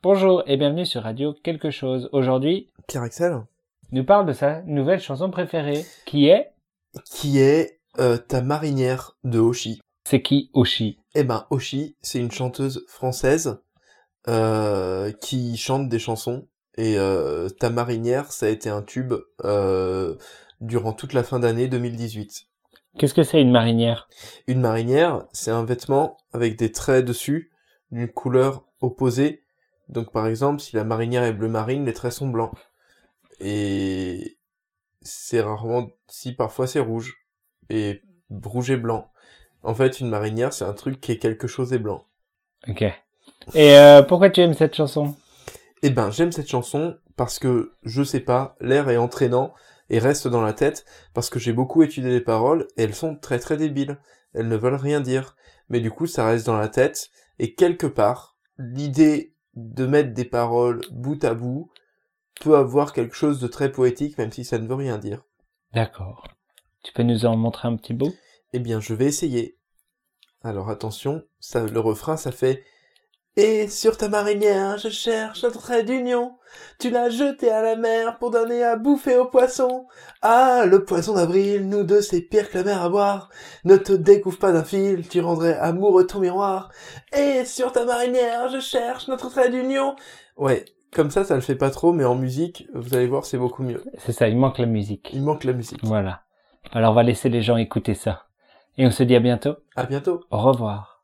Bonjour et bienvenue sur Radio Quelque chose. Aujourd'hui, Pierre-Axel, nous parle de sa nouvelle chanson préférée, qui est... qui est Ta marinière de Oshi. C'est qui Oshi? Eh ben, Oshi, c'est une chanteuse française qui chante des chansons. Et Ta marinière, ça a été un tube durant toute la fin d'année 2018. Qu'est-ce que c'est une marinière? Une marinière, c'est un vêtement avec des traits dessus, d'une couleur opposée. Donc par exemple, si la marinière est bleu marine, les traits sont blancs. Et c'est rarement... Si, parfois c'est rouge. Et rouge et blanc. En fait, une marinière, c'est un truc qui est quelque chose et blanc. Ok. Et pourquoi tu aimes cette chanson? Eh ben, j'aime cette chanson parce que, je sais pas, l'air est entraînant et reste dans la tête parce que j'ai beaucoup étudié les paroles et elles sont très très débiles. Elles ne veulent rien dire. Mais du coup, ça reste dans la tête et quelque part, l'idée de mettre des paroles bout à bout peut avoir quelque chose de très poétique même si ça ne veut rien dire. D'accord. Tu peux nous en montrer un petit bout? Eh bien, je vais essayer. Alors attention, le refrain ça fait « Et sur ta marinière, je cherche un trait d'union. Tu l'as jeté à la mer pour donner à bouffer aux poissons. Ah, le poisson d'avril, nous deux c'est pire que la mer à boire. Ne te découvre pas d'un fil, tu rendrais amoureux ton miroir. Et sur ta marinière, je cherche notre trait d'union. » Ouais, comme ça le fait pas trop, mais en musique, vous allez voir, c'est beaucoup mieux. C'est ça, il manque la musique. Il manque la musique. Voilà. Alors on va laisser les gens écouter ça. Et on se dit à bientôt. À bientôt. Au revoir.